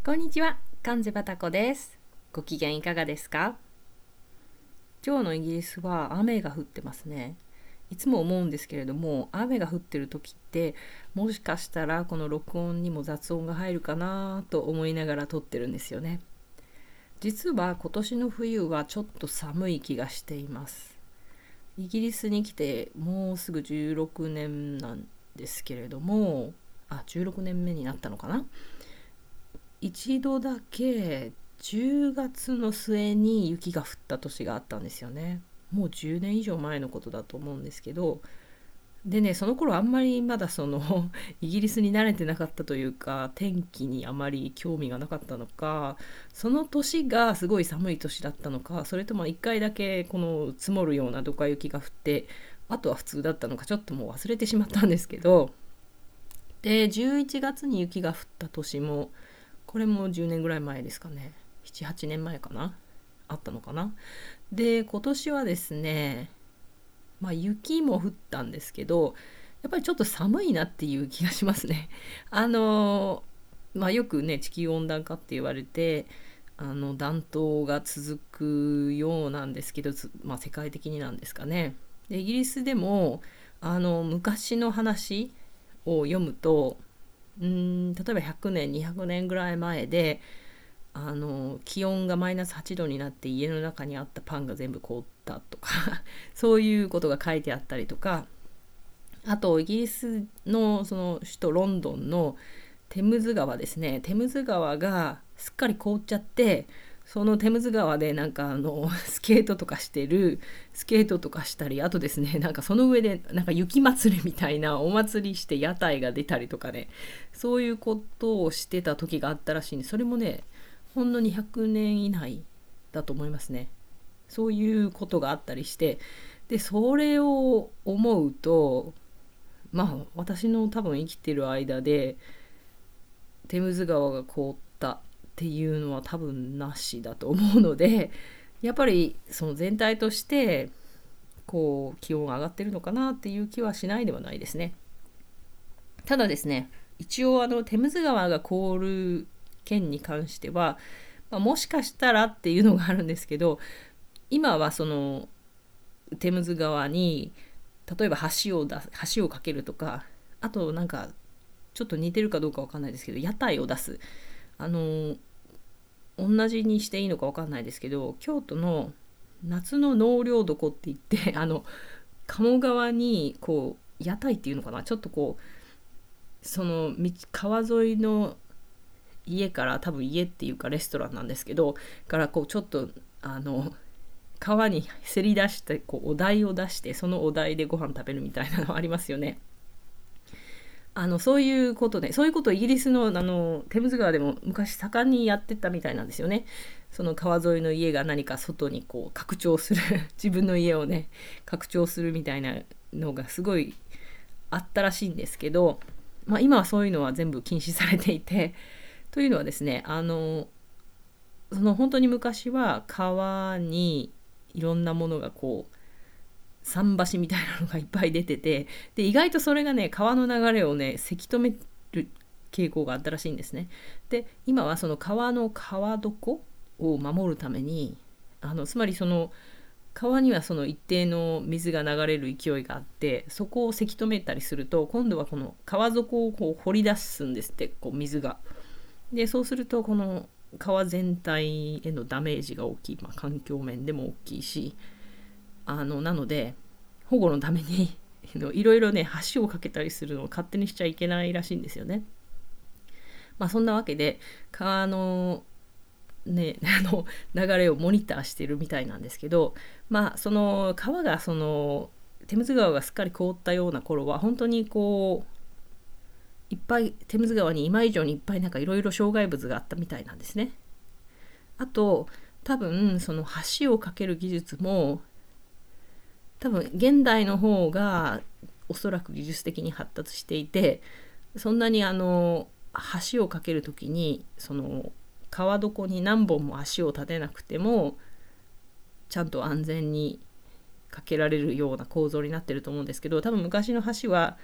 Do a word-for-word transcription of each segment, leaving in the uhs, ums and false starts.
こんにちは、関瀬バタコです。ご機嫌いかがですか？今日のイギリスは雨が降ってますね。いつも思うんですけれども、雨が降ってる時って、もしかしたらこの録音にも雑音が入るかなと思いながら撮ってるんですよね。実は今年の冬はちょっと寒い気がしています。イギリスに来てもうすぐじゅうろくねんなんですけれども、あ、じゅうろくねんめになったのかな。一度だけじゅうがつの末に雪が降った年があったんですよね。もうじゅうねん以上前のことだと思うんですけど、でね、その頃あんまりまだそのイギリスに慣れてなかったというか、天気にあまり興味がなかったのか、その年がすごい寒い年だったのか、それとも一回だけこの積もるようなドカ雪が降って、あとは普通だったのかちょっともう忘れてしまったんですけど、でじゅういちがつに雪が降った年も、これもじゅうねんぐらい前ですかね。なな、はちねんまえかな、あったのかな。で、今年はですね、まあ雪も降ったんですけど、やっぱりちょっと寒いなっていう気がしますね。あの、まあよくね、地球温暖化って言われて、あの暖冬が続くようなんですけど、まあ世界的になんですかね。で、イギリスでも、あの昔の話を読むと、うーん例えばひゃくねんにひゃくねんぐらい前で、あの気温がマイナスはちどになって家の中にあったパンが全部凍ったとかそういうことが書いてあったりとか、あとイギリスのその首都ロンドンのテムズ川ですね。テムズ川がすっかり凍っちゃって、そのテムズ川でなんかあのスケートとかしてる、スケートとかしたり、あとですね、なんかその上でなんか雪祭りみたいなお祭りして屋台が出たりとかね、そういうことをしてた時があったらしいんで、それもね、ほんのにひゃくねん以内だと思いますね。そういうことがあったりして、でそれを思うと、まあ私の多分生きてる間でテムズ川が凍ったっていうのは多分なしだと思うので、やっぱりその全体としてこう気温が上がってるのかなっていう気はしないではないですね。ただですね、一応あのテムズ川が凍る件に関しては、まあ、もしかしたらっていうのがあるんですけど、今はそのテムズ川に例えば橋を出す橋を架けるとか、あとなんかちょっと似てるかどうかわかんないですけど、屋台を出す、あの同じにしていいのかわかんないですけど、京都の夏の納涼床って言ってあの鴨川にこう屋台っていうのかな、ちょっとこうその道川沿いの家から、多分家っていうかレストランなんですけど、からこうちょっとあの川にせり出してこうお題を出して、そのお題でご飯食べるみたいなのありますよね。あのそういうことで、そういうことをイギリスのあのテムズ川でも昔盛んにやってたみたいなんですよね。その川沿いの家が何か外にこう拡張する自分の家をね拡張するみたいなのがすごいあったらしいんですけど、まあ、今はそういうのは全部禁止されていて、というのはですね、あのその本当に昔は川にいろんなものがこう桟橋みたいなのがいっぱい出てて、で意外とそれがね川の流れをねせき止める傾向があったらしいんですね。で今はその川の川床を守るために、あのつまりその川にはその一定の水が流れる勢いがあって、そこをせき止めたりすると、今度はこの川底をこう掘り出すんですって、こう水が。でそうするとこの川全体へのダメージが大きい、まあ、環境面でも大きいし、あのなので保護のためにいろいろね橋を架けたりするのを勝手にしちゃいけないらしいんですよね。まあそんなわけで川のねあの流れをモニターしてるみたいなんですけど、まあその川がそのテムズ川がすっかり凍ったような頃は本当にこういっぱいテムズ川に今以上にいっぱいなんかいろいろ障害物があったみたいなんですね。あと多分その橋を架ける技術も多分現代の方がおそらく技術的に発達していて、そんなにあの橋を架けるときにその川床に何本も橋を立てなくてもちゃんと安全に架けられるような構造になってると思うんですけど、多分昔の橋は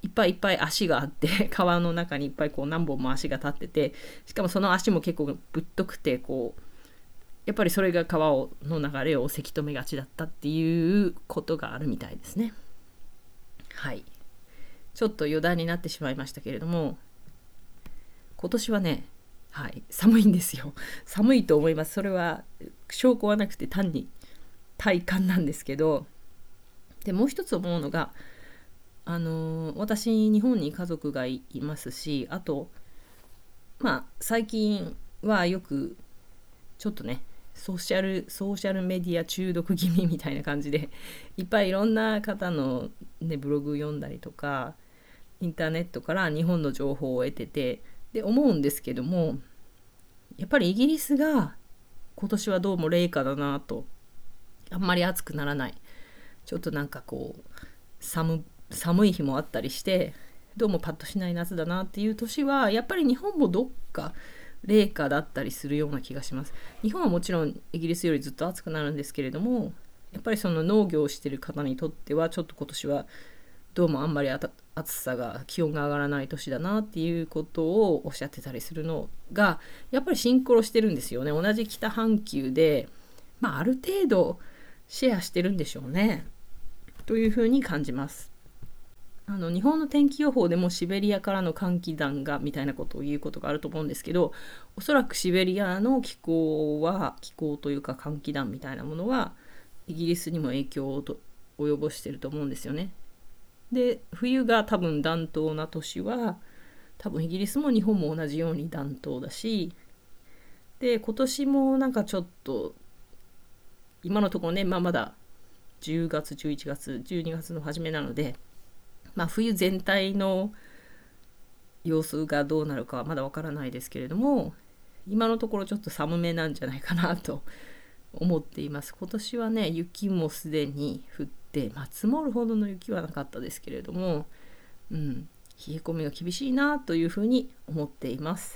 いっぱいいっぱい足があって川の中にいっぱいこう何本も足が立ってて、しかもその足も結構ぶっとくて、こうやっぱりそれが川をの流れをせき止めがちだったっていうことがあるみたいですね。はい、ちょっと余談になってしまいましたけれども、今年はね、はい、寒いんですよ。寒いと思います。それは証拠はなくて単に体感なんですけど、でもう一つ思うのが、あのー私日本に家族が い, いますし、あとまあ最近はよくちょっとねソーシャルソーシャルメディア中毒気味みたいな感じでいっぱいいろんな方の、ね、ブログ読んだりとかインターネットから日本の情報を得てて、で思うんですけども、やっぱりイギリスが今年はどうも冷夏だなと、あんまり暑くならない、ちょっとなんかこう 寒, 寒い日もあったりして、どうもパッとしない夏だなっていう年は、やっぱり日本もどっか冷夏だったりするような気がします。日本はもちろんイギリスよりずっと暑くなるんですけれども、やっぱりその農業をしている方にとってはちょっと今年はどうもあんまり暑さが気温が上がらない年だなっていうことをおっしゃってたりするのがやっぱりシンクロしてるんですよね。同じ北半球で、まあ、ある程度シェアしてるんでしょうねというふうに感じます。あの日本の天気予報でもシベリアからの寒気団がみたいなことを言うことがあると思うんですけど、おそらくシベリアの気候は気候というか寒気団みたいなものはイギリスにも影響を及ぼしてると思うんですよね。で冬が多分暖冬な年は多分イギリスも日本も同じように暖冬だし、で今年もなんかちょっと今のところね、まあ、まだじゅうがつじゅういちがつじゅうにがつの初めなので、まあ、冬全体の様子がどうなるかはまだわからないですけれども、今のところちょっと寒めなんじゃないかなと思っています。今年はね雪もすでに降って、まあ、積もるほどの雪はなかったですけれども、うん、冷え込みが厳しいなというふうに思っています。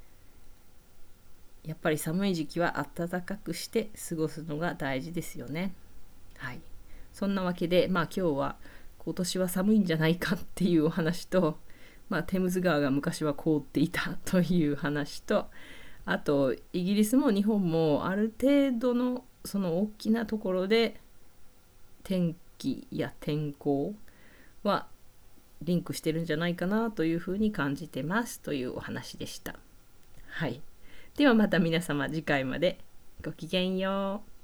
やっぱり寒い時期は暖かくして過ごすのが大事ですよね。はい、そんなわけで、まあ、今日は今年は寒いんじゃないかっていうお話と、まあ、テムズ川が昔は凍っていたという話と、あとイギリスも日本もある程度のその大きなところで天気や天候はリンクしてるんじゃないかなというふうに感じてますというお話でした。はい、ではまた皆様次回までごきげんよう。